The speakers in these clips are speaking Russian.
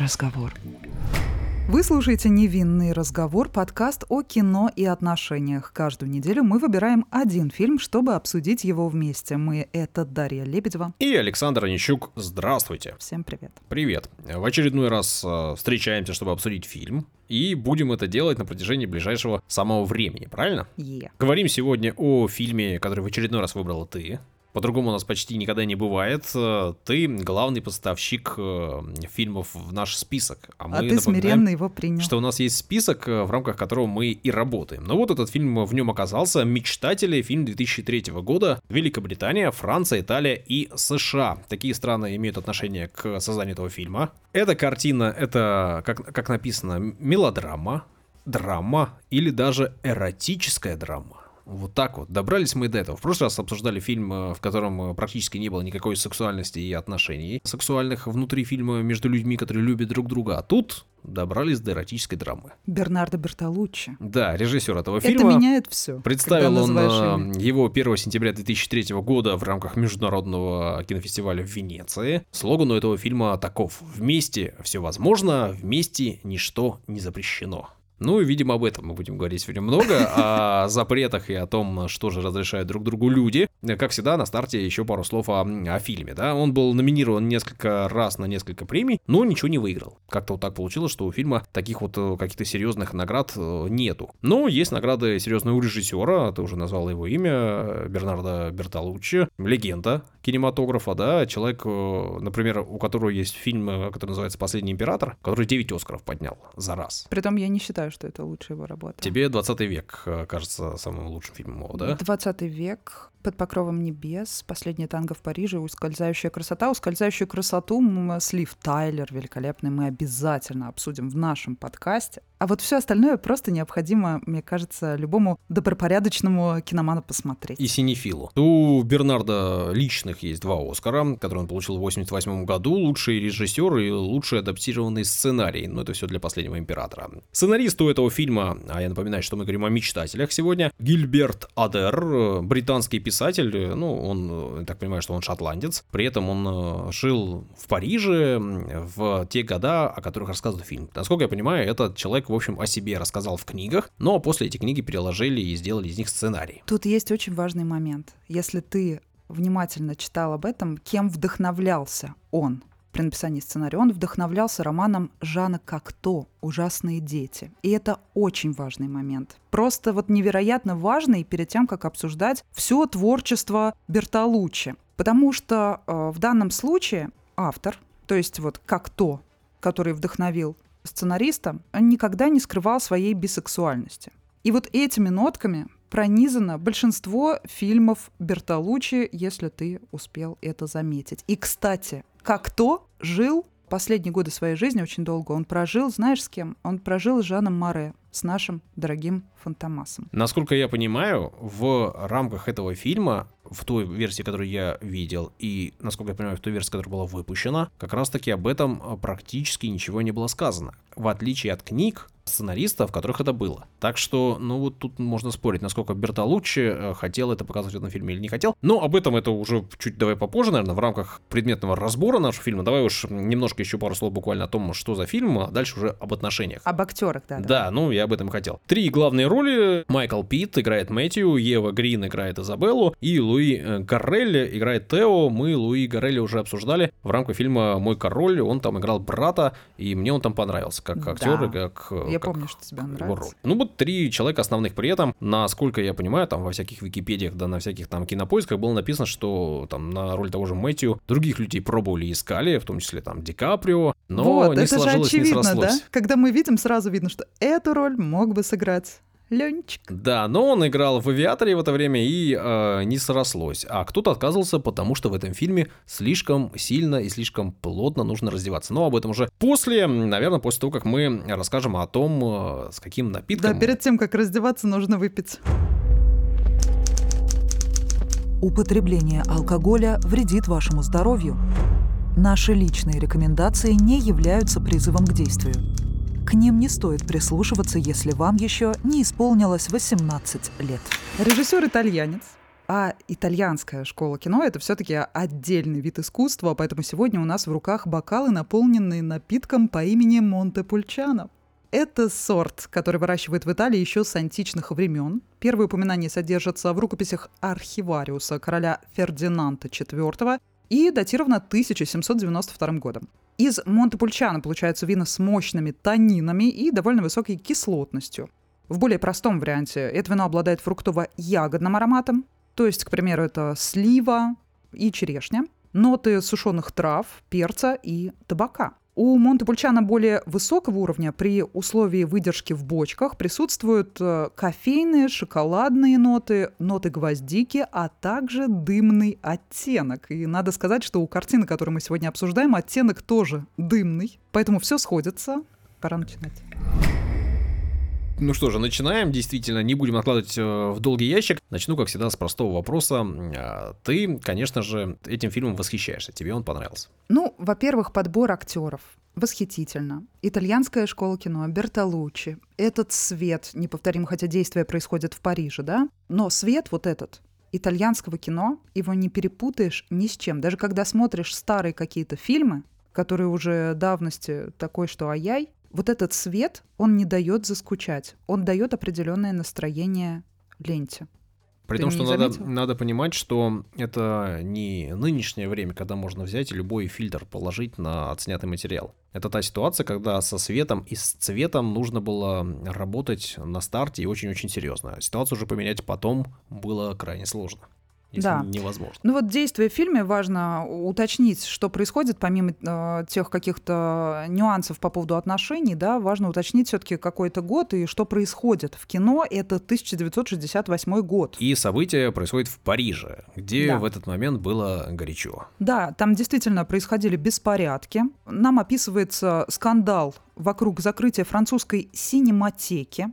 разговор. Вы слушаете «Невинный разговор», подкаст о кино и отношениях. Каждую неделю мы выбираем один фильм, чтобы обсудить его вместе. Мы — это Дарья Лебедева и Александр Онищук. Здравствуйте. Всем привет. Привет. В очередной раз встречаемся, чтобы обсудить фильм. И будем это делать на протяжении ближайшего самого времени, правильно? Говорим сегодня о фильме, который в очередной раз выбрала ты. По-другому у нас почти никогда не бывает. Ты главный поставщик фильмов в наш список. А ты смиренно его принял. Что у нас есть список, в рамках которого мы и работаем. Но вот этот фильм в нем оказался. «Мечтатели», фильм 2003 года. Великобритания, Франция, Италия и США. Такие страны имеют отношение к созданию этого фильма. Эта картина, это, как написано, мелодрама, драма или даже эротическая драма. Вот так вот. Добрались мы до этого. В прошлый раз обсуждали фильм, в котором практически не было никакой сексуальности и отношений сексуальных внутри фильма между людьми, которые любят друг друга. А тут добрались до эротической драмы. Бернардо Бертолуччи. Да, режиссер этого фильма. Это меняет все. Представил он его 1 сентября 2003 года в рамках Международного кинофестиваля в Венеции. Слоган у этого фильма таков: «Вместе все возможно, вместе ничто не запрещено». Ну и, видимо, об этом мы будем говорить сегодня много, о запретах и о том, что же разрешают друг другу люди. Как всегда, на старте еще пару слов о фильме, да. Он был номинирован несколько раз на несколько премий, но ничего не выиграл. Как-то вот так получилось, что у фильма таких вот каких-то серьезных наград нету. Но есть награды серьезные у режиссера, ты уже назвал его имя, Бернардо Бертолуччи, легенда кинематографа, да, человек, например, у которого есть фильм, который называется «Последний император», который 9 Оскаров поднял за раз. Притом я не считаю, что это лучшая его работа. Тебе «20 век» кажется самым лучшим фильмом его, да? «20 век», «Под покровом небес», «Последнее танго в Париже», «Ускользающая красота». «Ускользающую красоту» с Лив Тайлер великолепный мы обязательно обсудим в нашем подкасте. А вот все остальное просто необходимо, мне кажется, любому добропорядочному киноману посмотреть. И синефилу. У Бернардо личных есть 2 Оскара, которые он получил в 1988 году. Лучший режиссер и лучший адаптированный сценарий. Но это все для «Последнего императора». Сценарист у этого фильма, а я напоминаю, что мы говорим о мечтателях сегодня, Гильберт Адер, британский писатель. Ну, он, я так понимаю, что он шотландец. При этом он жил в Париже в те года, о которых рассказывает фильм. Насколько я понимаю, этот человек, в общем, о себе рассказал в книгах, но после эти книги переложили и сделали из них сценарий. Тут есть очень важный момент. Если ты внимательно читал об этом, кем вдохновлялся он при написании сценария? Он вдохновлялся романом Жана Кокто «Ужасные дети». И это очень важный момент. Просто вот невероятно важный перед тем, как обсуждать все творчество Бертолуччи. Потому что в данном случае автор, то есть вот Кокто, который вдохновил сценариста, он никогда не скрывал своей бисексуальности. И вот этими нотками пронизано большинство фильмов Бертолуччи, если ты успел это заметить. И, кстати, Кокто жил последние годы своей жизни очень долго. Он прожил, знаешь, с кем? Он прожил с Жаном Море, с нашим дорогим Фантомасом. Насколько я понимаю, в рамках этого фильма, в той версии, которую я видел, и, насколько я понимаю, в той версии, которая была выпущена, как раз-таки об этом практически ничего не было сказано. В отличие от книг сценаристов, в которых это было. Так что, ну вот тут можно спорить, насколько Бертолуччи хотел это показывать в этом фильме или не хотел. Но об этом это уже чуть давай попозже, наверное, в рамках предметного разбора нашего фильма. Давай уж немножко еще пару слов буквально о том, что за фильм, а дальше уже об отношениях. Об актерах, да. Да, ну я об этом хотел. 3 главные роли. Майкл Питт играет Мэтью, Ева Грин играет Изабеллу и Луи Гаррелли играет Тео. Мы Луи Гаррелли уже обсуждали в рамках фильма «Мой король». Он там играл брата, и мне он там понравился как актер, да. и как я помню, что тебе нравится. Роль. Ну вот 3 человека основных при этом. Насколько я понимаю, там во всяких википедиях, да на всяких там кинопоисках было написано, что там на роль того же Мэтью других людей пробовали и искали, в том числе там Ди Каприо, но вот, не это сложилось, же очевидно, не срослось. Да? Когда мы видим, сразу видно, что эту роль мог бы сыграть Ленчик. Да, но он играл в «Авиаторе» в это время и не срослось. А кто-то отказывался, потому что в этом фильме слишком сильно и слишком плотно нужно раздеваться. Но об этом уже после, наверное, после того, как мы расскажем о том, с каким напитком... Да, перед тем, как раздеваться, нужно выпить. Употребление алкоголя вредит вашему здоровью. Наши личные рекомендации не являются призывом к действию. К ним не стоит прислушиваться, если вам еще не исполнилось 18 лет. Режиссер итальянец, А итальянская школа кино — это все-таки отдельный вид искусства, поэтому сегодня у нас в руках бокалы, наполненные напитком по имени Монтепульчано. Это сорт, который выращивают в Италии еще с античных времен. Первые упоминания содержатся в рукописях архивариуса короля Фердинанда IV и датировано 1792 годом. Из Монтепульчано получаются вина с мощными танинами и довольно высокой кислотностью. В более простом варианте это вино обладает фруктово-ягодным ароматом, то есть, к примеру, это слива и черешня, ноты сушеных трав, перца и табака. У Монтепульчано более высокого уровня при условии выдержки в бочках присутствуют кофейные, шоколадные ноты, ноты гвоздики, а также дымный оттенок. И надо сказать, что у картины, которую мы сегодня обсуждаем, оттенок тоже дымный. Поэтому все сходится. Пора начинать. Ну что же, начинаем. Действительно, не будем откладывать в долгий ящик. Начну, как всегда, с простого вопроса. Ты, конечно же, этим фильмом восхищаешься. Тебе он понравился? Ну, во-первых, подбор актеров. Восхитительно. Итальянская школа кино, Бертолуччи. Этот свет неповторим, хотя действие происходит в Париже, да? Но свет вот этот итальянского кино, его не перепутаешь ни с чем. Даже когда смотришь старые какие-то фильмы, которые уже давности такой, что ай-яй, вот этот свет, он не дает заскучать. Он дает определенное настроение ленте. При том, что надо понимать, что это не нынешнее время, когда можно взять и любой фильтр положить на отснятый материал. Это та ситуация, когда со светом и с цветом нужно было работать на старте и очень-очень серьезно. Ситуацию уже поменять потом было крайне сложно. Если невозможно. Ну вот действие в фильме важно уточнить, что происходит, помимо тех каких-то нюансов по поводу отношений, да, важно уточнить все-таки какой-то год и что происходит. В кино это 1968 год. И события происходят в Париже, где в этот момент было горячо. Да, там действительно происходили беспорядки. Нам описывается скандал вокруг закрытия французской синематеки.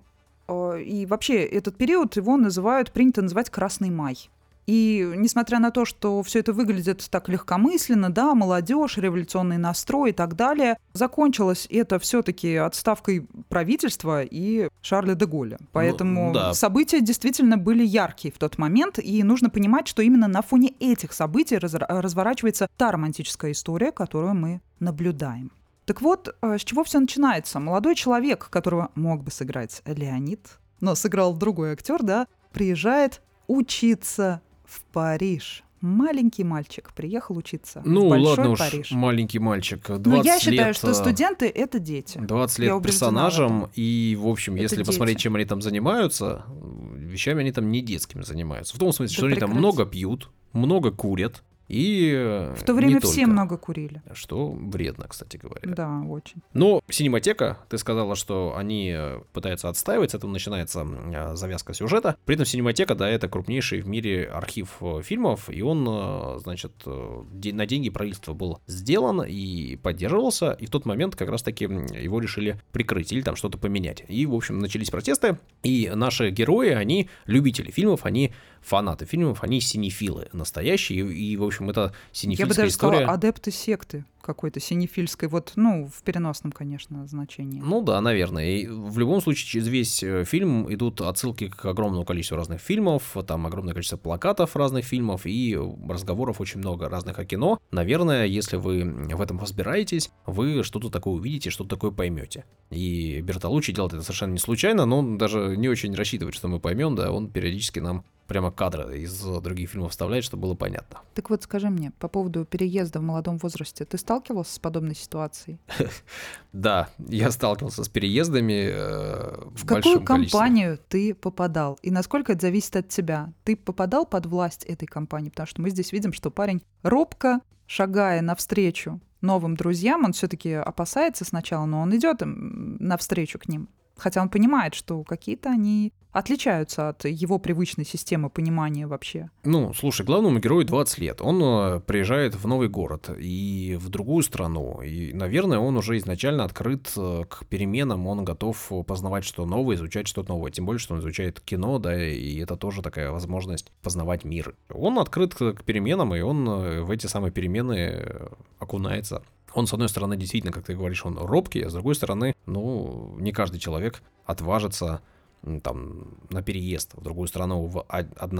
И вообще этот период его принято называть «Красный май». И несмотря на то, что все это выглядит так легкомысленно, да, молодежь, революционный настрой и так далее, закончилось это все-таки отставкой правительства и Шарля де Голля. Поэтому события действительно были яркие в тот момент, и нужно понимать, что именно на фоне этих событий разворачивается та романтическая история, которую мы наблюдаем. Так вот, с чего все начинается? Молодой человек, которого мог бы сыграть Леонид, но сыграл другой актер, да, приезжает учиться в Париж. Маленький мальчик приехал учиться в большой Париж. Маленький мальчик. 20 Но я лет, считаю, что студенты — это дети. 20 лет персонажем, и, в общем, это если дети. Посмотреть, чем они там занимаются, вещами они там не детскими занимаются. В том смысле, что они там много пьют, много курят. И в то время все много курили. Что вредно, кстати говоря. Да, очень. Но синематека, ты сказала, что они пытаются отстаивать, с этого начинается завязка сюжета. При этом синематека, да, это крупнейший в мире архив фильмов, и он, значит, на деньги правительства был сделан и поддерживался, и в тот момент как раз-таки его решили прикрыть или там что-то поменять. И, в общем, начались протесты, и наши герои, они любители фильмов, они фанаты фильмов, они синефилы настоящие, и в общем, это синефильская история. Я бы даже сказала, адепты секты какой-то синефильской, вот, ну, в переносном, конечно, значении. Ну да, наверное. И в любом случае, через весь фильм идут отсылки к огромному количеству разных фильмов, там огромное количество плакатов разных фильмов, и разговоров очень много разных о кино. Наверное, если вы в этом разбираетесь, вы что-то такое увидите, что-то такое поймете. И Бертолуччи делает это совершенно не случайно, но он даже не очень рассчитывает, что мы поймем, да, он периодически нам прямо кадры из других фильмов вставляет, чтобы было понятно. Так вот, скажи мне, по поводу переезда в молодом возрасте, ты сталкивался с подобной ситуацией? Да, я сталкивался с переездами в какую компанию ты попадал? И насколько это зависит от тебя? Ты попадал под власть этой компании? Потому что мы здесь видим, что парень робко, шагая навстречу новым друзьям, он все-таки опасается сначала, но он идет навстречу к ним. Хотя он понимает, что какие-то они отличаются от его привычной системы понимания вообще. Ну, слушай, главному герою 20 лет. Он приезжает в новый город и в другую страну. И, наверное, он уже изначально открыт к переменам, он готов познавать что-то новое, изучать что-то новое. Тем более, что он изучает кино, да, и это тоже такая возможность познавать мир. Он открыт к переменам, и он в эти самые перемены окунается. Он, с одной стороны, действительно, как ты говоришь, он робкий, а с другой стороны, ну, не каждый человек отважится там на переезд в другую страну одному.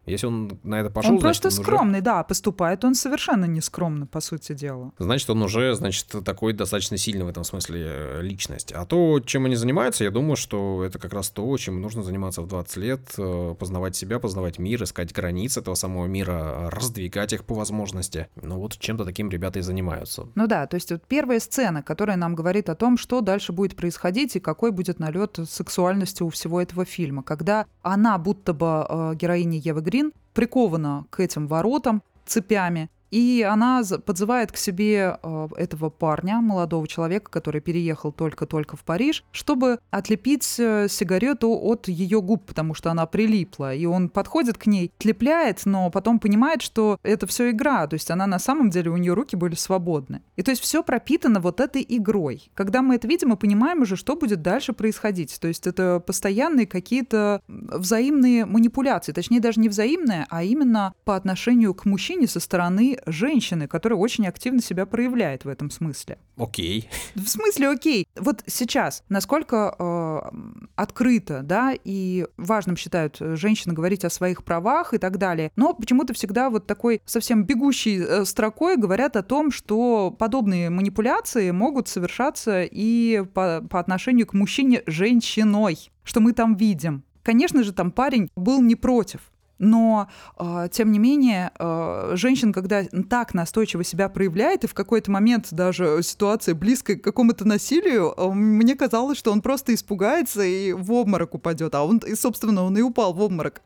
Если он на это пошел, Он просто значит, скромный, да, поступает он совершенно нескромно, по сути дела. Значит, он уже, такой достаточно сильный в этом смысле личность. А то, чем они занимаются, я думаю, что это как раз то, чем нужно заниматься в 20 лет, познавать себя, познавать мир, искать границы этого самого мира, раздвигать их по возможности. Ну вот чем-то таким ребята и занимаются. Ну да, то есть вот первая сцена, которая нам говорит о том, что дальше будет происходить и какой будет налет сексуальности у всего этого фильма, когда она, будто бы героиня Евы Грин, прикована к этим воротам цепями, и она подзывает к себе этого парня, молодого человека, который переехал только-только в Париж, чтобы отлепить сигарету от ее губ, потому что она прилипла. И он подходит к ней, отлепляет, но потом понимает, что это все игра. То есть она на самом деле, у нее руки были свободны. И то есть все пропитано вот этой игрой. Когда мы это видим, мы понимаем уже, что будет дальше происходить. То есть это постоянные какие-то взаимные манипуляции. Точнее, даже не взаимные, а именно по отношению к мужчине со стороны женщины, которая очень активно себя проявляет в этом смысле. Окей. В смысле окей. Вот сейчас, насколько открыто, да, и важным считают женщины говорить о своих правах и так далее, но почему-то всегда вот такой совсем бегущей строкой говорят о том, что подобные манипуляции могут совершаться и по отношению к мужчине женщиной, что мы там видим. Конечно же, там парень был не против. Но, тем не менее, женщина, когда так настойчиво себя проявляет, и в какой-то момент даже ситуация близкая к какому-то насилию, мне казалось, что он просто испугается и в обморок упадет. А он, и, собственно, он и упал в обморок.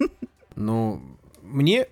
Ну, мне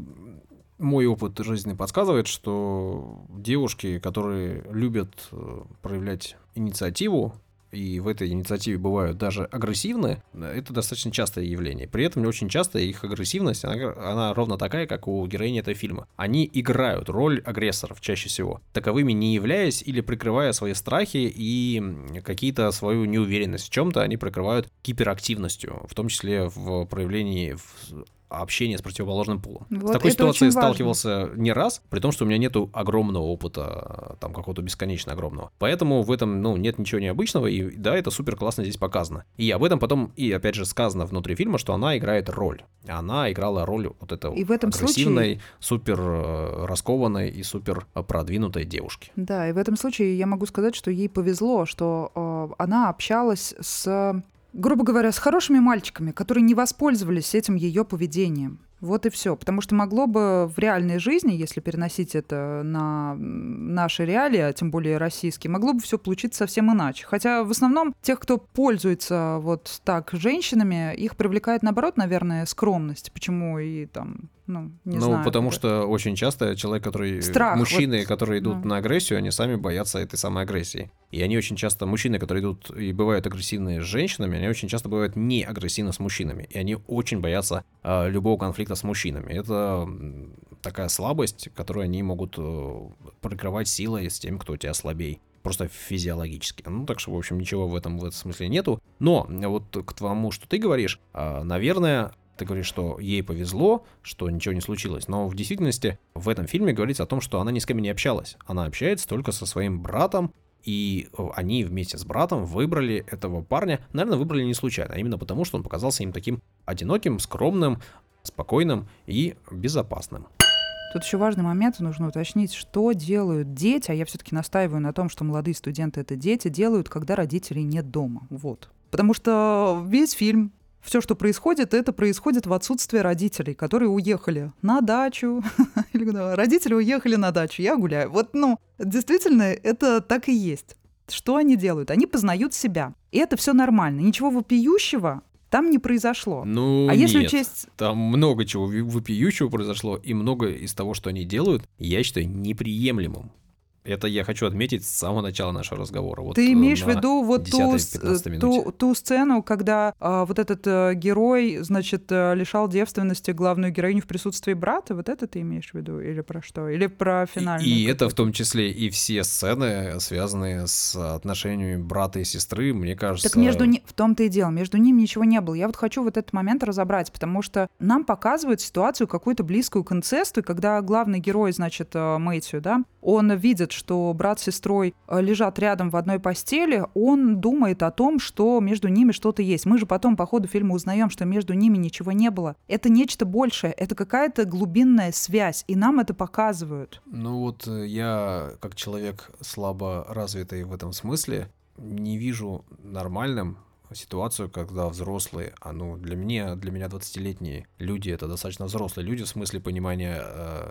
мой опыт жизни подсказывает, что девушки, которые любят проявлять инициативу, и в этой инициативе бывают даже агрессивны, это достаточно частое явление. При этом очень часто их агрессивность, она ровно такая, как у героини этого фильма. Они играют роль агрессоров чаще всего, таковыми не являясь или прикрывая свои страхи и какие-то свою неуверенность в чем-то, они прикрывают гиперактивностью, в том числе в проявлении общения с противоположным полом. Вот с такой ситуацией важно. Сталкивался не раз, при том, что у меня нету огромного опыта, там какого-то бесконечно огромного. Поэтому в этом, нет ничего необычного, и да, это супер классно здесь показано. И об этом потом, и опять же сказано внутри фильма, что она играет роль. Она играла роль вот этой и в этом агрессивной, случае... супер раскованной и супер продвинутой девушки. Да, и в этом случае я могу сказать, что ей повезло, что она общалась с... грубо говоря, с хорошими мальчиками, которые не воспользовались этим ее поведением. Вот и все. Потому что могло бы в реальной жизни, если переносить это на наши реалии, а тем более российские, могло бы все получиться совсем иначе. Хотя в основном тех, кто пользуется вот так женщинами, их привлекает, наоборот, наверное, скромность. Почему и там... не знаю. Потому что очень часто человек, Страх, мужчины, которые идут на агрессию, они сами боятся этой самой агрессии. И они очень часто, мужчины, которые идут и бывают агрессивные с женщинами, они очень часто бывают не агрессивны с мужчинами. И они очень боятся любого конфликта с мужчинами. Это такая слабость, которую они могут прикрывать силой с тем, кто у тебя слабей. Просто физиологически. Так что, в общем, ничего в этом смысле нету. Но вот к тому, что ты говоришь, наверное... Ты говоришь, что ей повезло, что ничего не случилось. Но в действительности в этом фильме говорится о том, что она ни с кем не общалась. Она общается только со своим братом, и они вместе с братом выбрали этого парня. Наверное, выбрали не случайно, а именно потому, что он показался им таким одиноким, скромным, спокойным и безопасным. Тут еще важный момент, нужно уточнить, что делают дети, а я все-таки настаиваю на том, что молодые студенты — это дети, делают, когда родителей нет дома. Вот. Потому что весь фильм... Все, что происходит, это происходит в отсутствии родителей, которые уехали на дачу. Родители уехали на дачу, я гуляю. Вот, действительно, это так и есть. Что они делают? Они познают себя. И это все нормально. Ничего вопиющего там не произошло. Если учесть... Там много чего вопиющего произошло, и много из того, что они делают, я считаю неприемлемым. Это я хочу отметить с самого начала нашего разговора. Ты имеешь в виду вот ту сцену, когда вот этот герой, лишал девственности главную героиню в присутствии брата? Вот это ты имеешь в виду? Или про что? Или про финальную? И это в том числе и все сцены, связанные с отношениями брата и сестры, мне кажется... Так в том-то и дело, между ними ничего не было. Я вот хочу вот этот момент разобрать, потому что нам показывают ситуацию какую-то близкую к инцесту, когда главный герой, Мэтью, да, он видит, что брат с сестрой лежат рядом в одной постели, он думает о том, что между ними что-то есть. Мы же потом по ходу фильма узнаем, что между ними ничего не было. Это нечто большее, это какая-то глубинная связь, и нам это показывают. Ну вот я, как человек слабо развитый в этом смысле, не вижу нормальным ситуацию, когда взрослые, для меня 20-летние люди — это достаточно взрослые люди в смысле понимания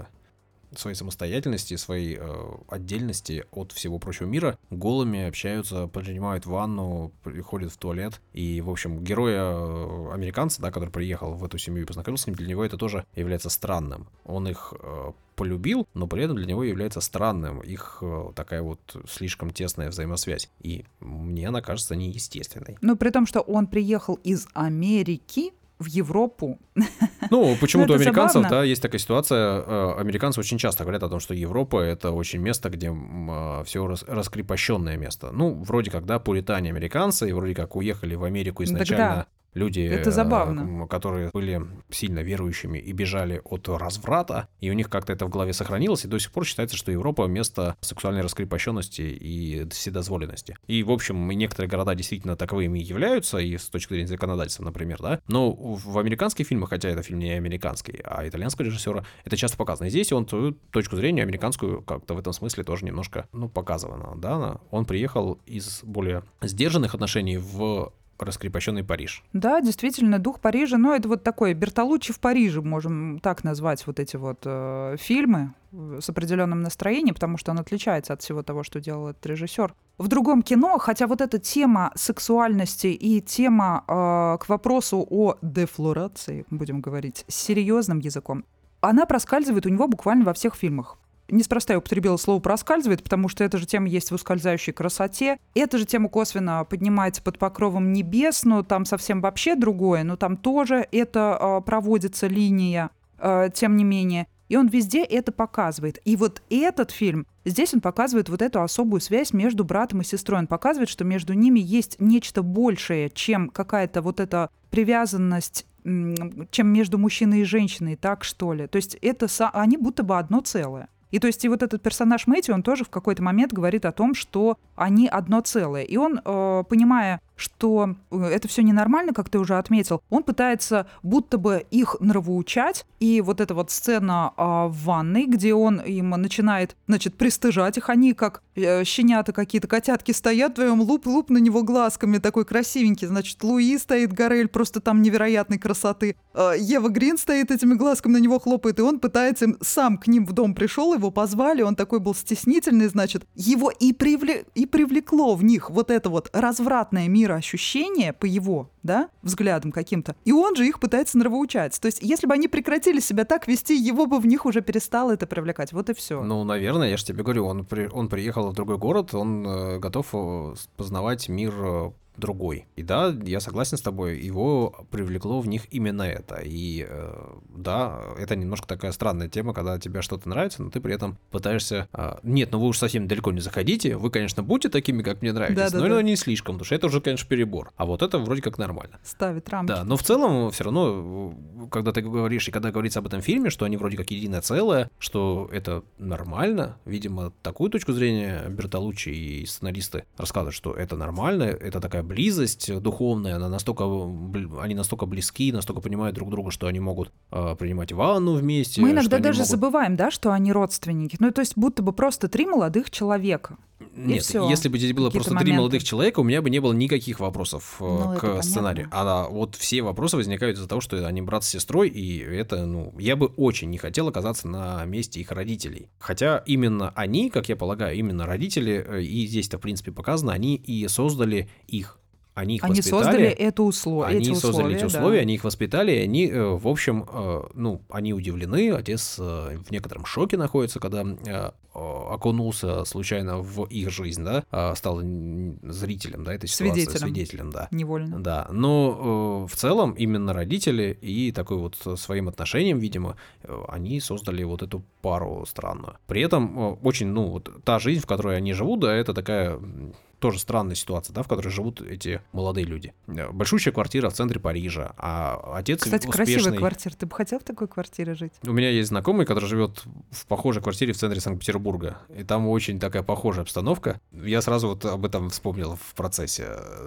своей самостоятельности, своей отдельности от всего прочего мира, голыми общаются, принимают ванну, ходят в туалет. И, в общем, героя американца, да, который приехал в эту семью и познакомился с ним, для него это тоже является странным. Он их полюбил, но при этом для него является странным их такая вот слишком тесная взаимосвязь. И мне она кажется неестественной. Ну, при том, что он приехал из Америки в Европу. Ну, почему-то у американцев, забавно. да, есть такая ситуация. Американцы очень часто говорят о том, что Европа — это очень место, где все раскрепощенное место. Ну, вроде как, да, пуритане американцы, и вроде как уехали в Америку изначально. Люди, это забавно. Которые были сильно верующими и бежали от разврата, и у них как-то это в голове сохранилось, и до сих пор считается, что Европа — место сексуальной раскрепощенности и вседозволенности. И, в общем, некоторые города действительно таковыми и являются, и с точки зрения законодательства, например, да, но в американских фильмах, хотя это фильм не американский, а итальянского режиссера, это часто показано. И здесь он свою точку зрения американскую как-то в этом смысле тоже немножко, показывано, да, он приехал из более сдержанных отношений в раскрепощенный Париж. Да, действительно, дух Парижа, это вот такой Бертолуччи в Париже, можем так назвать вот эти вот фильмы с определенным настроением, потому что он отличается от всего того, что делал этот режиссер. В другом кино, хотя вот эта тема сексуальности и тема к вопросу о дефлорации, будем говорить серьезным языком, она проскальзывает у него буквально во всех фильмах. Неспроста я употребила слово «проскальзывает», потому что эта же тема есть в «Ускользающей красоте». Эта же тема косвенно поднимается под покровом небес, но там совсем вообще другое, но там тоже это проводится линия, тем не менее. И он везде это показывает. И вот этот фильм, здесь он показывает вот эту особую связь между братом и сестрой. Он показывает, что между ними есть нечто большее, чем какая-то вот эта привязанность, чем между мужчиной и женщиной, так что ли. То есть они будто бы одно целое. И то есть и вот этот персонаж Мэтью, он тоже в какой-то момент говорит о том, что они одно целое. И он, понимая, что это все ненормально, как ты уже отметил, он пытается будто бы их нравоучать. И вот эта вот сцена в ванной, где он им начинает, пристыжать их, они как щенята какие-то, котятки стоят вдвоем, луп-луп на него глазками, такой красивенький. Луи стоит, Гарель, просто там невероятной красоты. Ева Грин стоит, этими глазками на него хлопает, и он пытается сам к ним в дом пришел, его позвали, он такой был стеснительный, его и привлекло в них вот это вот развратное мироощущение по его, да, взглядам каким-то, и он же их пытается нравоучать. То есть если бы они прекратили себя так вести, его бы в них уже перестало это привлекать. Вот и все. Ну, наверное, я же тебе говорю, он приехал в другой город, он готов познавать мир другой. И да, я согласен с тобой, его привлекло в них именно это. И да, это немножко такая странная тема, когда тебе что-то нравится, но ты при этом пытаешься... Нет, вы уж совсем далеко не заходите, вы, конечно, будете такими, как мне нравитесь, но это не слишком, потому что это уже, конечно, перебор. А вот это вроде как нормально. Ставит рамки. Да, но в целом все равно, когда ты говоришь, и когда говорится об этом фильме, что они вроде как единое целое, что это нормально, видимо, такую точку зрения Бертолуччи и сценаристы рассказывают, что это нормально, это такая близость духовная, они настолько близки, настолько понимают друг друга, что они могут принимать ванну вместе. Мы иногда даже забываем, да, что они родственники. То есть будто бы просто 3 молодых человека. Нет, если бы здесь было просто 3 молодых человека, у меня бы не было никаких вопросов к сценарию. А вот все вопросы возникают из-за того, что они брат с сестрой, и это, я бы очень не хотел оказаться на месте их родителей. Хотя именно они, как я полагаю, именно родители, и здесь-то, в принципе, показано, они и создали их. Они их воспитали. Создали эти условия, они их воспитали, и они, в общем, они удивлены, отец в некотором шоке находится, когда окунулся случайно в их жизнь, да, стал зрителем, да, этой ситуации, свидетелем, да. Невольно. Да, но в целом именно родители и такой вот своим отношением, видимо, они создали вот эту пару странную. При этом очень, та жизнь, в которой они живут, да, это такая... тоже странная ситуация, да, в которой живут эти молодые люди. Большущая квартира в центре Парижа, а отец Кстати, успешный... красивая квартира. Ты бы хотел в такой квартире жить? У меня есть знакомый, который живет в похожей квартире в центре Санкт-Петербурга, и там очень такая похожая обстановка. Я сразу вот об этом вспомнил в процессе.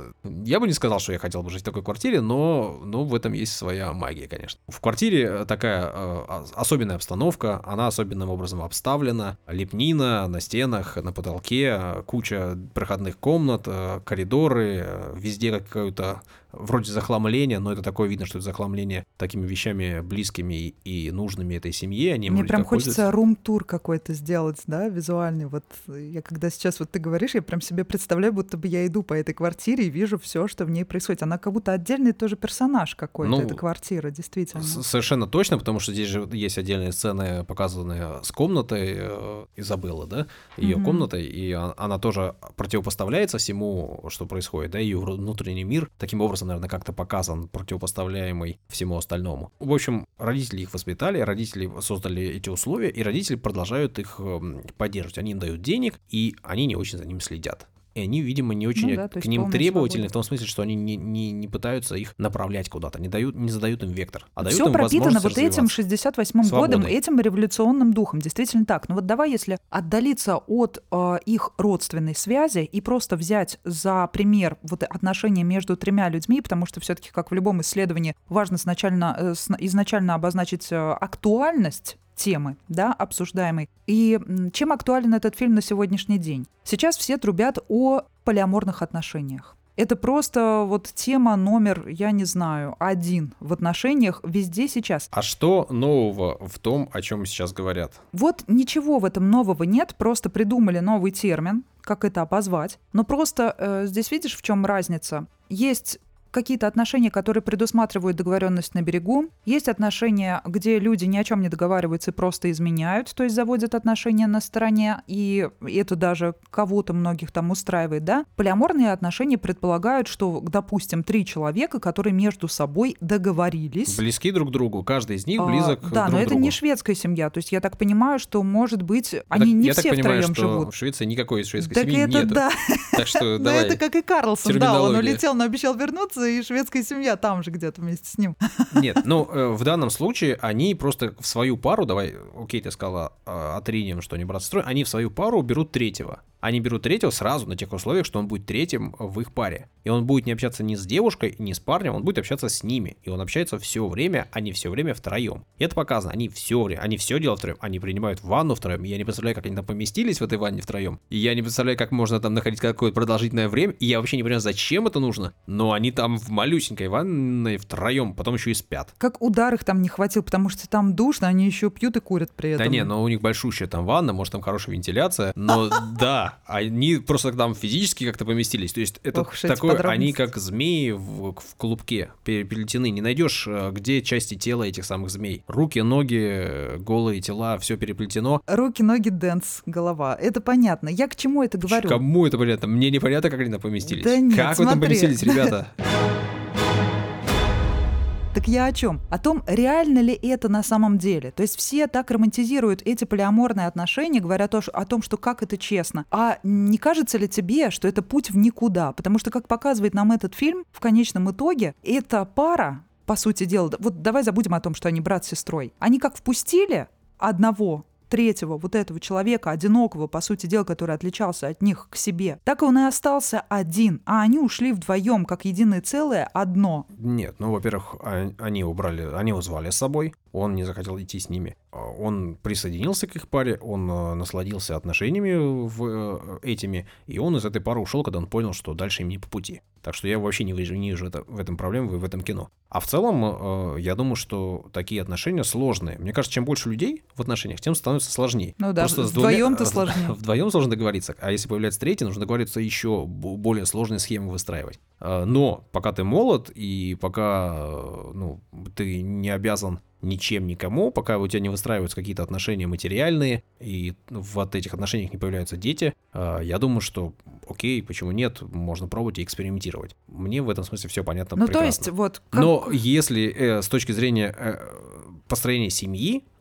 Я бы не сказал, что я хотел бы жить в такой квартире, но в этом есть своя магия, конечно. В квартире такая особенная обстановка, она особенным образом обставлена, лепнина на стенах, на потолке, куча проходных комнат, коридоры, везде какое-то вроде захламления, но это такое видно, что это захламление такими вещами близкими и нужными этой семье. Они Мне прям хочется рум-тур какой-то сделать, да, визуальный. Вот я когда сейчас вот ты говоришь, я прям себе представляю, будто бы я иду по этой квартире и вижу все, что в ней происходит. Она как будто отдельный тоже персонаж какой-то, эта квартира, действительно. Совершенно точно, потому что здесь же есть отдельные сцены, показанные с комнатой Изабеллы, да, ее комнатой, и она тоже противопоставляется всему, что происходит, да, ее внутренний мир таким образом, наверное, как-то показан, противопоставляемый всему остальному. В общем, родители их воспитали, родители создали эти условия, и родители продолжают их поддерживать. Они им дают денег, и они не очень за ним следят. И они, видимо, не очень к ним требовательны, в том смысле, что они не пытаются их направлять куда-то, не задают им вектор, а дают все им пропитано возможность вот этим 68-м годом, этим революционным духом. Действительно так. Но вот давай, если отдалиться от их родственной связи и просто взять за пример вот отношения между тремя людьми, потому что все-таки, как в любом исследовании, важно изначально обозначить актуальность темы, да, обсуждаемой. И чем актуален этот фильм на сегодняшний день? Сейчас все трубят о полиаморных отношениях. Это просто вот тема номер, я не знаю, 1 в отношениях везде сейчас. А что нового в том, о чем сейчас говорят? Вот ничего в этом нового нет, просто придумали новый термин, как это обозвать. Но просто здесь видишь, в чем разница? Есть какие-то отношения, которые предусматривают договоренность на берегу. Есть отношения, где люди ни о чем не договариваются и просто изменяют, то есть заводят отношения на стороне, и это даже кого-то многих там устраивает, да. Полиаморные отношения предполагают, что, допустим, 3 человека, которые между собой договорились. Близки друг к другу, каждый из них близок друг к другу. Да, но это не шведская семья, то есть я так понимаю, что, может быть, они не все втроем живут. В Швеции никакой шведской семьи нет. Да. Так что давай. Но это как и Карлсон, да, он улетел, но обещал вернуться, и шведская семья там же где-то вместе с ним. Нет, ну, в данном случае они просто в свою пару, давай, окей, ты сказала, отринем, что они братство строят, они в свою пару берут третьего. Они берут третьего сразу на тех условиях, что он будет третьим в их паре. И он будет не общаться ни с девушкой, ни с парнем, он будет общаться с ними. И он общается все время, они все время втроем. И это показано, они все делают втроем. Они принимают ванну втроем. И я не представляю, как они там поместились в этой ванне втроем. И я не представляю, как можно там находить какое-то продолжительное время. И я вообще не понимаю, зачем это нужно. Но они там в малюсенькой ванной втроем, потом еще и спят. Как удар их там не хватил, потому что там душно, они еще пьют и курят при этом. Да не, но у них большущая там ванна, может там хорошая вентиляция. Но да, они просто там физически как-то поместились. То есть это такое, они как змеи в клубке переплетены. Не найдешь, где части тела этих самых змей. Руки, ноги, голые тела, все переплетено. Руки, ноги, дэнс, голова. Это понятно. Я к чему это говорю? Кому это понятно? Мне непонятно, как они там поместились. Да нет, как вы там поместились, ребята? Так я о чем? О том, реально ли это на самом деле. То есть все так романтизируют эти полиаморные отношения, говорят о том, что как это честно. А не кажется ли тебе, что это путь в никуда? Потому что, как показывает нам этот фильм, в конечном итоге эта пара, по сути дела, вот давай забудем о том, что они брат с сестрой. Они как впустили одного, третьего вот этого человека, одинокого, по сути дела, который отличался от них, к себе, так он и остался один, а они ушли вдвоем, как единое целое, одно. Нет, ну, во-первых, они его звали с собой, он не захотел идти с ними. Он присоединился к их паре, он насладился отношениями этими, и он из этой пары ушел, когда он понял, что дальше им не по пути. Так что я вообще не вижу в этом проблемы, в этом кино. А в целом, я думаю, что такие отношения сложные. Мне кажется, чем больше людей в отношениях, тем становится сложнее. Ну да, вдвоем-то сложнее. Вдвоем сложно договориться, а если появляется третий, нужно договориться еще более сложные схемы выстраивать. Но пока ты молод, и пока ты не обязан ничем никому, пока у тебя не выстраиваются какие-то отношения материальные, и в этих отношениях не появляются дети, я думаю, что окей, почему нет, можно пробовать и экспериментировать. Мне в этом смысле все понятно, прекрасно. То есть вот... Но если с точки зрения построения семьи,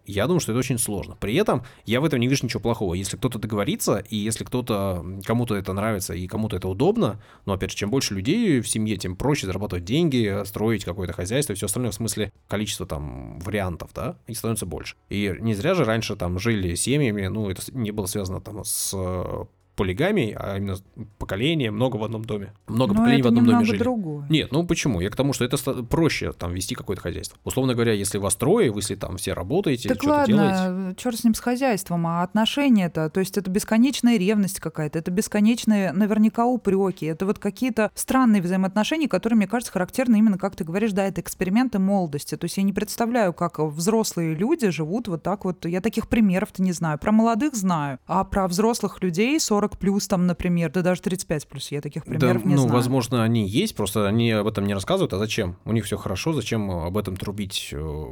Я думаю, что это очень сложно. При этом я в этом не вижу ничего плохого. Если кто-то договорится, и если кому-то это нравится и кому-то это удобно, но, опять же, чем больше людей в семье, тем проще зарабатывать деньги, строить какое-то хозяйство и все остальное, в смысле количество там вариантов, да, и становится больше. И не зря же раньше там жили семьями, ну, это не было связано там с полигамией, а именно поколение, много в одном доме. Много поколений в одном доме жили. Другое. Нет, ну почему? Я к тому, что это проще там вести какое-то хозяйство. Условно говоря, если вас трое, если там все работаете, так что-то делаете. Ладно, черт с ним с хозяйством, а отношения-то, то есть это бесконечная ревность какая-то, это бесконечные наверняка упреки, это вот какие-то странные взаимоотношения, которые, мне кажется, характерны именно, как ты говоришь, да, это эксперименты молодости. То есть я не представляю, как взрослые люди живут вот так вот. Я таких примеров-то не знаю. Про молодых знаю, а про взрослых людей 40 плюс там, например, да даже 35 плюс, я таких примеров не знаю. Возможно, они есть, просто они об этом не рассказывают, а зачем? У них все хорошо, зачем об этом трубить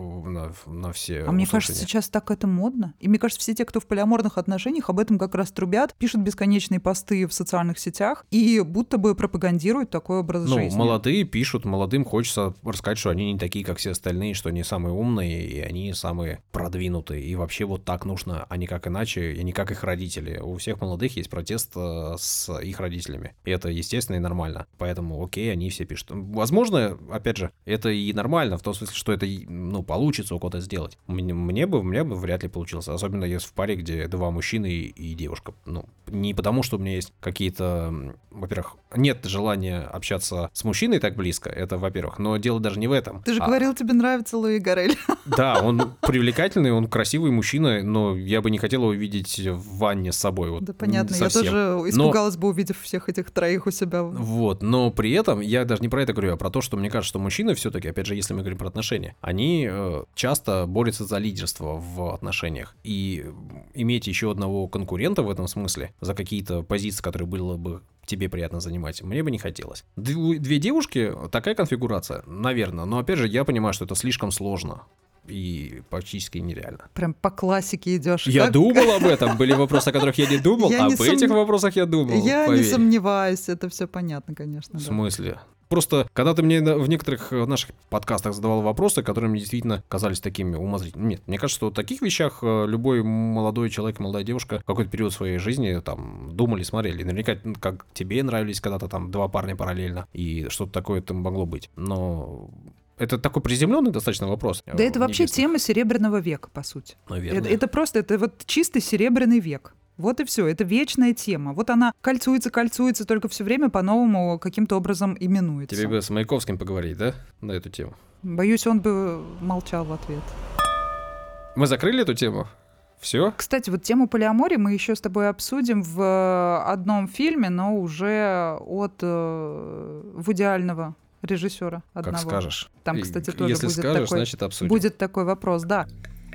на все мне кажется, сейчас так это модно. И мне кажется, все те, кто в полиаморных отношениях, об этом как раз трубят, пишут бесконечные посты в социальных сетях и будто бы пропагандируют такой образ жизни. Молодые пишут, молодым хочется рассказать, что они не такие, как все остальные, что они самые умные, и они самые продвинутые, и вообще вот так нужно, а не как иначе, и не как их родители. У всех молодых есть протест с их родителями. И это естественно и нормально. Поэтому, окей, они все пишут. Возможно, опять же, это и нормально, в том смысле, что это, получится у кого-то сделать. Мне бы вряд ли получилось. Особенно если в паре, где два мужчины и девушка. Не потому, что у меня есть какие-то... Во-первых, нет желания общаться с мужчиной так близко, это во-первых. Но дело даже не в этом. Ты же говорил, тебе нравится Луи Гаррель. Да, он привлекательный, он красивый мужчина, но я бы не хотел его видеть в ванне с собой. Да, понятно, совсем. Я тоже испугалась бы, увидев всех этих троих у себя. Но при этом я даже не про это говорю, а про то, что мне кажется, что мужчины все-таки, опять же, если мы говорим про отношения, они часто борются за лидерство в отношениях. И иметь еще одного конкурента в этом смысле за какие-то позиции, которые было бы тебе приятно занимать, мне бы не хотелось. Две девушки, такая конфигурация, наверное, но опять же, я понимаю, что это слишком сложно. И практически нереально. Прям по классике идешь. Я думал об этом. Были вопросы, о которых я не думал, об этих вопросах я думал. Я не сомневаюсь, это все понятно, конечно. В смысле? Просто, когда ты мне в некоторых наших подкастах задавал вопросы, которые мне действительно казались такими умозрительными. Нет, мне кажется, что в таких вещах любой молодой человек, молодая девушка в какой-то период своей жизни там думали, смотрели. Наверняка, как тебе нравились когда-то там два парня параллельно, и что-то такое там могло быть. Но... Это такой приземленный достаточно вопрос. Да это вообще тема Серебряного века, по сути. Наверное. Это вот чистый Серебряный век. Вот и все. Это вечная тема. Вот она кольцуется, только все время по-новому каким-то образом именуется. Тебе бы с Маяковским поговорить, да, на эту тему? Боюсь, он бы молчал в ответ. Мы закрыли эту тему? Все? Кстати, вот тему полиамории мы еще с тобой обсудим в одном фильме, но уже от Вуди Аллена, режиссера одного. Как скажешь. Там, кстати, тоже если будет, скажешь, такой, значит, обсудим. Будет такой вопрос, да.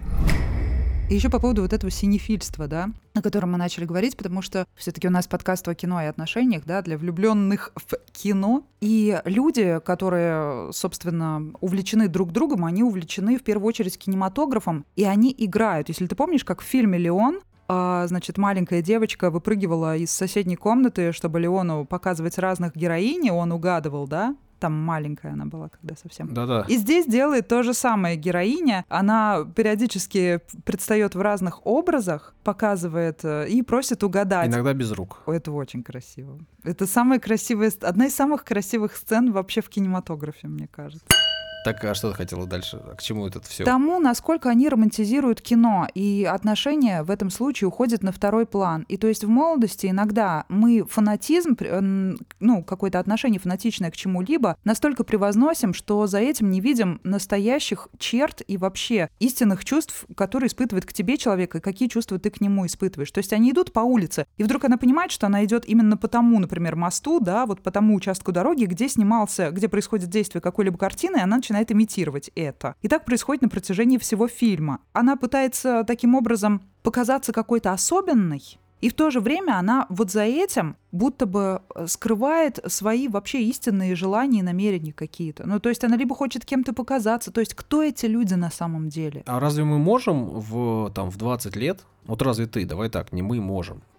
И еще по поводу вот этого синефильства, да, о котором мы начали говорить, потому что все-таки у нас подкаст о кино и отношениях, да, для влюбленных в кино. И люди, которые, собственно, увлечены друг другом, они увлечены в первую очередь кинематографом, и они играют. Если ты помнишь, как в фильме «Леон», значит, маленькая девочка выпрыгивала из соседней комнаты, чтобы Леону показывать разных героинь, и он угадывал, да? Там маленькая она была, когда совсем. Да-да. И здесь делает то же самое героиня. Она периодически предстает в разных образах, показывает и просит угадать. Иногда без рук. Это очень красиво. Это самая красивая, одна из самых красивых сцен вообще в кинематографе, мне кажется. Так, а что ты хотела дальше? К чему это все? Тому, насколько они романтизируют кино, и отношения в этом случае уходят на второй план. И то есть в молодости иногда мы фанатизм, какое-то отношение фанатичное к чему-либо, настолько превозносим, что за этим не видим настоящих черт и вообще истинных чувств, которые испытывает к тебе человек, и какие чувства ты к нему испытываешь. То есть они идут по улице, и вдруг она понимает, что она идет именно по тому, например, мосту, да, вот по тому участку дороги, где происходит действие какой-либо картины, и она начинает имитировать это. И так происходит на протяжении всего фильма. Она пытается таким образом показаться какой-то особенной, и в то же время она вот за этим будто бы скрывает свои вообще истинные желания и намерения какие-то. То есть она либо хочет кем-то показаться, то есть кто эти люди на самом деле? А разве мы можем в 20 лет, вот разве ты, давай так, не мы можем,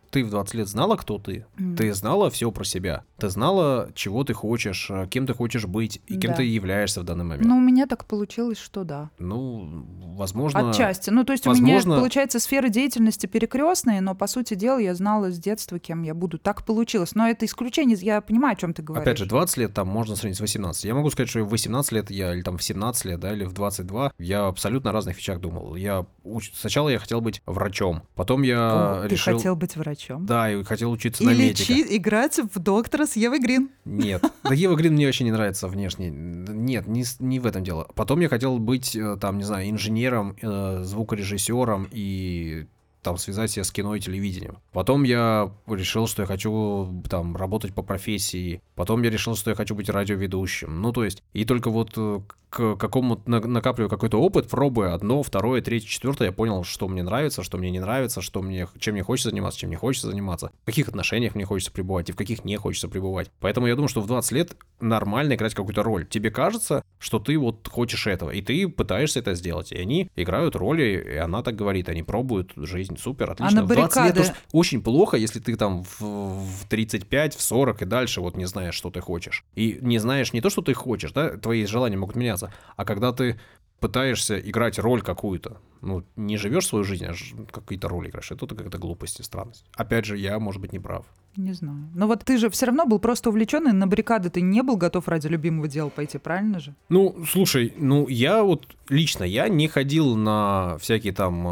Ты в 20 лет знала, кто ты? Ты знала все про себя. Ты знала, чего ты хочешь, кем ты хочешь быть и кем ты являешься в данный момент. Ну, у меня так получилось, что да. Ну, возможно... Отчасти. Ну, то есть у меня, получается, сфера деятельности перекрестная, но, по сути дела, я знала с детства, кем я буду. Так получилось. Но это исключение, я понимаю, о чем ты говоришь. Опять же, 20 лет там можно сравнить с 18. Я могу сказать, что в 18 лет или там в 17 лет, да, или в 22 я абсолютно о разных вещах думал. Сначала я хотел быть врачом, потом я решил... Ты хотел быть врачом? Да, и хотел учиться на медика. Или играть в доктора с Евой Грин. Нет, да Ева Грин мне вообще не нравится внешне. Нет, не в этом дело. Потом я хотел быть, там, не знаю, инженером, звукорежиссером и... там связать себя с кино и телевидением. Потом я решил, что я хочу там работать по профессии. Потом я решил, что я хочу быть радиоведущим. Ну, то есть, и только вот к какому-то накапливаю какой-то опыт, пробуя одно, второе, третье, четвертое, я понял, что мне нравится, что мне не нравится, чем мне хочется заниматься, чем не хочется заниматься, в каких отношениях мне хочется пребывать и в каких не хочется пребывать. Поэтому я думаю, что в 20 лет нормально играть какую-то роль. Тебе кажется, что ты вот хочешь этого, и ты пытаешься это сделать. И они играют роли, и она так говорит, они пробуют жизнь. Супер, отлично. А на в 20 лет баррикады... очень плохо, если ты там в 35, в 40 и дальше вот не знаешь, что ты хочешь. И не знаешь не то, что ты хочешь, да, твои желания могут меняться, а когда ты пытаешься играть роль какую-то, ну, не живешь свою жизнь, а какие-то роли играешь, это какая-то глупость и странность. Опять же, я, может быть, не прав. Не знаю. Но вот ты же все равно был просто увлеченный, на баррикады ты не был готов ради любимого дела пойти, правильно же? Ну, слушай, я вот лично, я не ходил на всякие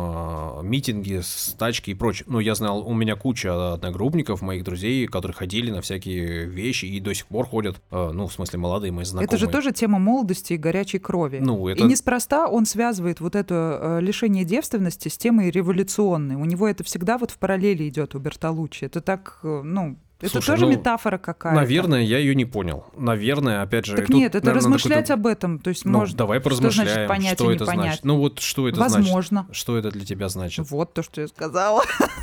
там митинги с тачки и прочее. Ну, я знал, у меня куча одногруппников, моих друзей, которые ходили на всякие вещи и до сих пор ходят, ну, в смысле, молодые мои знакомые. Это же тоже тема молодости и горячей крови. Ну, это... И неспроста он связывает вот это лишение девственности с темой революционной. У него это всегда вот в параллели идет у Бертолуччи. Это так, это Слушай, тоже метафора какая-то. Наверное, я ее не понял. Наверное, опять же... Так нет, это размышлять об этом. То есть, может, давай поразмышляем, что значит понять что и это не понять. значит. Ну вот что это значит? Возможно. Что это для тебя значит? Вот то, что я сказала.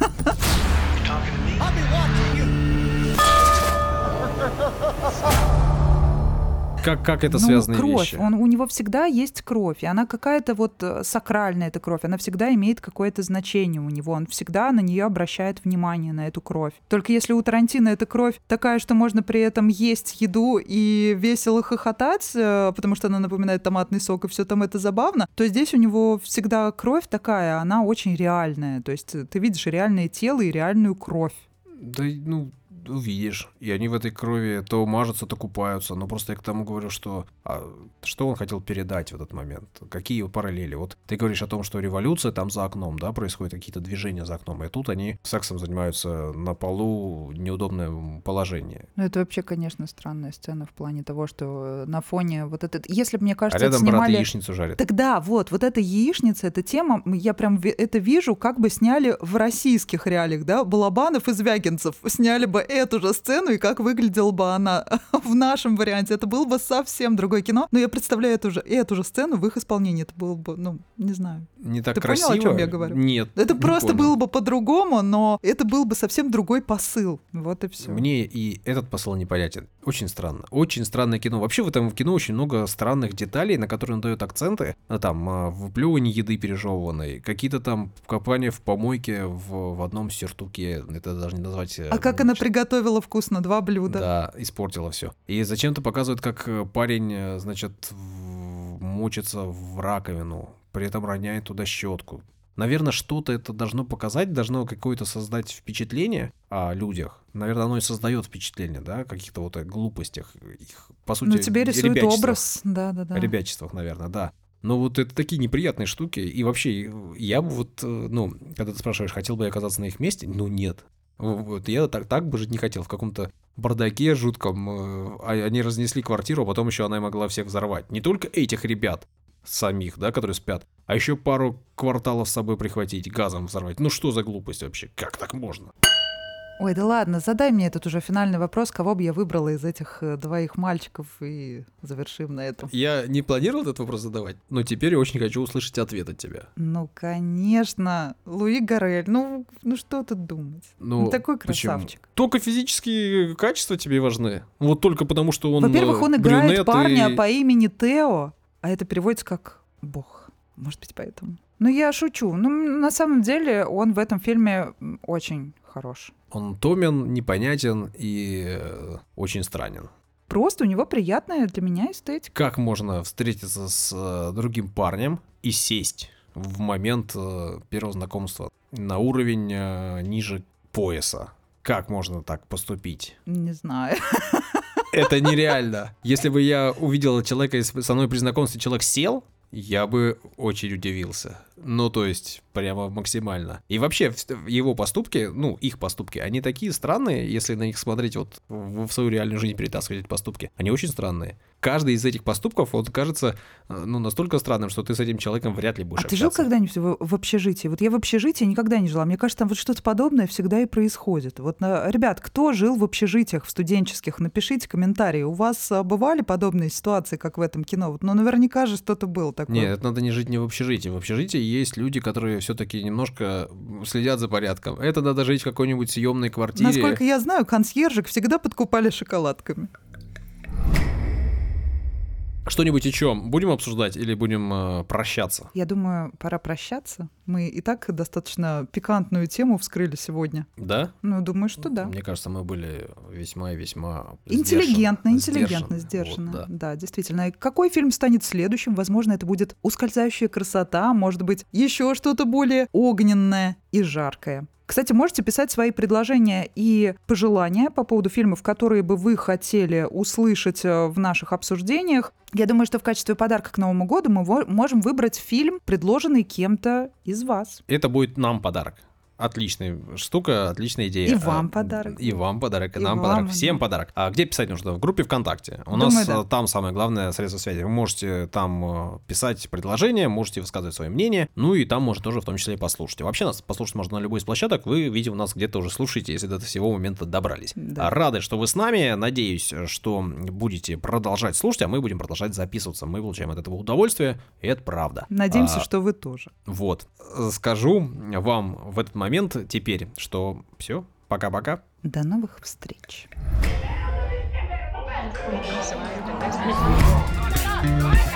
Как это связанные кровь. вещи? У него всегда есть кровь, и она какая-то вот сакральная, эта кровь, она всегда имеет какое-то значение у него, он всегда на нее обращает внимание, на эту кровь. Только если у Тарантино эта кровь такая, что можно при этом есть еду и весело хохотать, потому что она напоминает томатный сок, и все там это забавно, то здесь у него всегда кровь такая, она очень реальная, то есть ты видишь реальное тело и реальную кровь. Да, увидишь. И они в этой крови то мажутся, то купаются. Но просто я к тому говорю, что что он хотел передать в этот момент? Какие параллели? Вот ты говоришь о том, что революция там за окном, да, происходят какие-то движения за окном, и тут они сексом занимаются на полу, неудобное положение. Ну, это вообще, конечно, странная сцена в плане того, что на фоне вот этот... Если бы, мне кажется, а рядом это снимали... брат яичницу жарит. Тогда вот эта яичница, эта тема, я прям это вижу, как бы сняли в российских реалиях, да, Балабанов и Звягинцев сняли бы эту же сцену, и как выглядела бы она в нашем варианте. Это было бы совсем другое кино. Но я представляю эту же сцену в их исполнении. Это было бы, не знаю. Не так Ты красиво? Понял, о чем я говорю? Нет. Это не просто понял. было бы по-другому, но это был бы совсем другой посыл. Вот и все. Мне и этот посыл непонятен. Очень странно. Очень странное кино. Вообще в этом кино очень много странных деталей, на которые он дает акценты. Там выплевывание еды пережеванной, какие-то там копания в помойке в одном сюртуке. Это даже не назвать... А как она приготовила вкусно 2 блюда? Да, испортила все. И зачем-то показывают, как парень, значит, мочится в раковину, при этом роняет туда щетку. Наверное, что-то это должно показать, должно какое-то создать впечатление о людях. Наверное, оно и создает впечатление, да, о каких-то вот глупостях. Их, по сути, тебе рисует образ. Да. Ребячествах, наверное, да. Но вот это такие неприятные штуки. И вообще, я бы вот, когда ты спрашиваешь, хотел бы я оказаться на их месте, нет. Вот я так бы жить не хотел, в каком-то бардаке жутком. Они разнесли квартиру, а потом еще она могла всех взорвать. Не только этих ребят самих, да, которые спят, а еще пару кварталов с собой прихватить, газом взорвать. Ну что за глупость вообще? Как так можно? Ой, да ладно, задай мне этот уже финальный вопрос, кого бы я выбрала из этих 2 мальчиков, и завершим на этом. Я не планировал этот вопрос задавать, но теперь очень хочу услышать ответ от тебя. Ну, конечно, Луи Гаррель, ну что тут думать? Такой красавчик. Почему? Только физические качества тебе важны? Вот только потому, что он Во-первых, он играет брюнет парня по имени Тео, а это переводится как «бог». Может быть, поэтому. Но я шучу. Ну, на самом деле, он в этом фильме очень хорош. Он томен, непонятен и очень странен. Просто у него приятная для меня эстетика. Как можно встретиться с другим парнем и сесть в момент первого знакомства на уровень ниже пояса? Как можно так поступить? Не знаю. Это нереально. Если бы я увидел человека, если бы со мной при знакомстве человек сел, я бы очень удивился. Ну, то есть, прямо максимально. И вообще, его поступки, ну, их поступки, они такие странные, если на них смотреть, вот в свою реальную жизнь перетаскивать эти поступки. Они очень странные. Каждый из этих поступков, он кажется, ну, настолько странным, что ты с этим человеком вряд ли будешь общаться. А ты жил когда-нибудь в общежитии? Вот я в общежитии никогда не жила. Мне кажется, там вот что-то подобное всегда и происходит. Вот, ребят, кто жил в общежитиях, в студенческих, напишите комментарии. У вас бывали подобные ситуации, как в этом кино? Вот, ну, наверняка же что-то было такое. Нет, это надо не жить не в общежитии. В общежитии есть люди, которые все-таки немножко следят за порядком. Это надо жить в какой-нибудь съемной квартире. Насколько я знаю, консьержек всегда подкупали шоколадками. Что-нибудь еще будем обсуждать или будем прощаться? Я думаю, пора прощаться. Мы и так достаточно пикантную тему вскрыли сегодня. Да? Ну, думаю, что да. Мне кажется, мы были весьма и весьма интеллигентно, сдержанны. сдержанно. Вот, да, действительно. И какой фильм станет следующим? Возможно, это будет «Ускользающая красота», может быть, еще что-то более огненное и жаркое. Кстати, можете писать свои предложения и пожелания по поводу фильмов, которые бы вы хотели услышать в наших обсуждениях. Я думаю, что в качестве подарка к Новому году мы можем выбрать фильм, предложенный кем-то из вас. Это будет нам подарок. Отличная штука, отличная идея. И вам подарок. И вам подарок, и И нам вам, подарок. да. Всем подарок. А где писать нужно? В группе ВКонтакте. У Думаю, нас да. там самое главное средство связи. Вы можете там писать предложения, можете высказывать свое мнение, ну и там можно тоже в том числе и послушать. Вообще нас послушать можно на любой из площадок. Вы, видимо, нас где-то уже слушаете, если до всего момента добрались. Да. Рады, что вы с нами. Надеюсь, что будете продолжать слушать, а мы будем продолжать записываться. Мы получаем от этого удовольствие, и это правда. Надеемся, что вы тоже. Вот. Скажу вам в этот момент теперь, что все, пока-пока. До новых встреч.